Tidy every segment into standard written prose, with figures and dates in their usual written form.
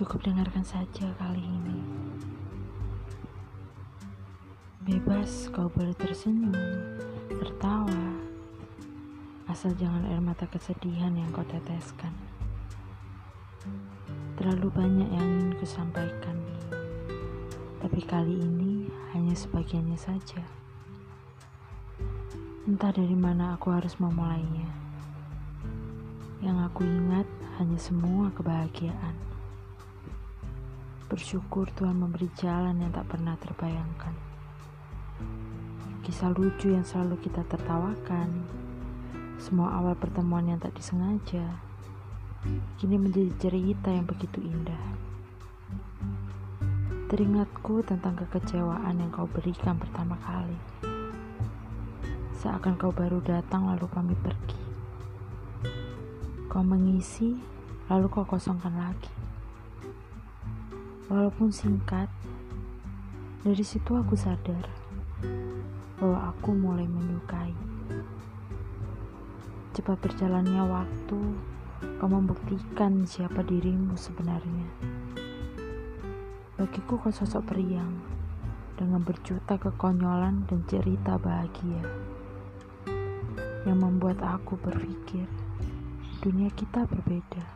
Cukup dengarkan saja kali ini. Bebas kau boleh tersenyum, tertawa, asal jangan air mata kesedihan yang kau teteskan. Terlalu banyak yang ingin kusampaikan, tapi kali ini hanya sebagiannya saja. Entah dari mana aku harus memulainya. Yang aku ingat hanya semua kebahagiaan. Bersyukur Tuhan memberi jalan yang tak pernah terbayangkan. Kisah lucu yang selalu kita tertawakan. Semua awal pertemuan yang tak disengaja. Kini menjadi cerita yang begitu indah. Teringatku tentang kekecewaan yang kau berikan pertama kali. Seakan kau baru datang lalu pamit pergi. Kau mengisi, lalu kau kosongkan lagi. Walaupun singkat, dari situ aku sadar bahwa aku mulai menyukai. Cepat berjalannya waktu, kau membuktikan siapa dirimu sebenarnya. Bagiku kau sosok periang, dengan berjuta kekonyolan dan cerita bahagia, yang membuat aku berpikir, dunia kita berbeda.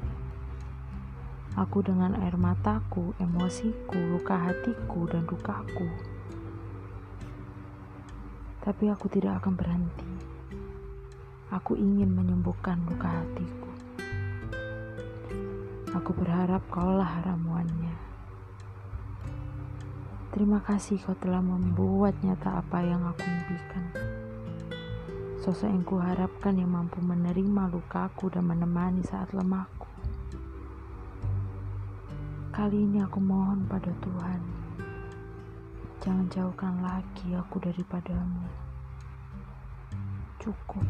Aku dengan air mataku, emosiku, luka hatiku, dan dukaku. Tapi aku tidak akan berhenti. Aku ingin menyembuhkan luka hatiku. Aku berharap kaulah ramuannya. Terima kasih kau telah membuat nyata apa yang aku impikan. Sosok yang kuharapkan yang mampu menerima lukaku dan menemani saat lemahku. Kali ini aku mohon pada Tuhan, jangan jauhkan lagi aku daripadamu. Cukup.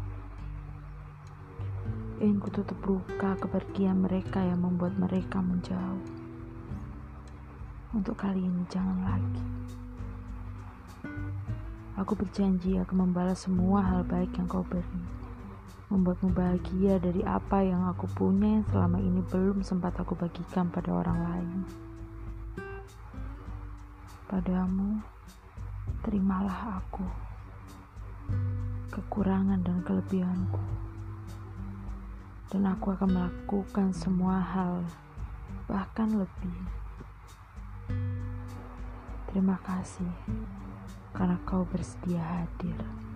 Ingin kututup luka kepergian mereka yang membuat mereka menjauh. Untuk kali ini jangan lagi. Aku berjanji akan membalas semua hal baik yang kau beri. Membuatmu bahagia dari apa yang aku punya yang selama ini belum sempat aku bagikan pada orang lain. Padamu, terimalah aku, kekurangan dan kelebihanku. Dan aku akan melakukan semua hal, bahkan lebih. Terima kasih, karena kau bersedia hadir.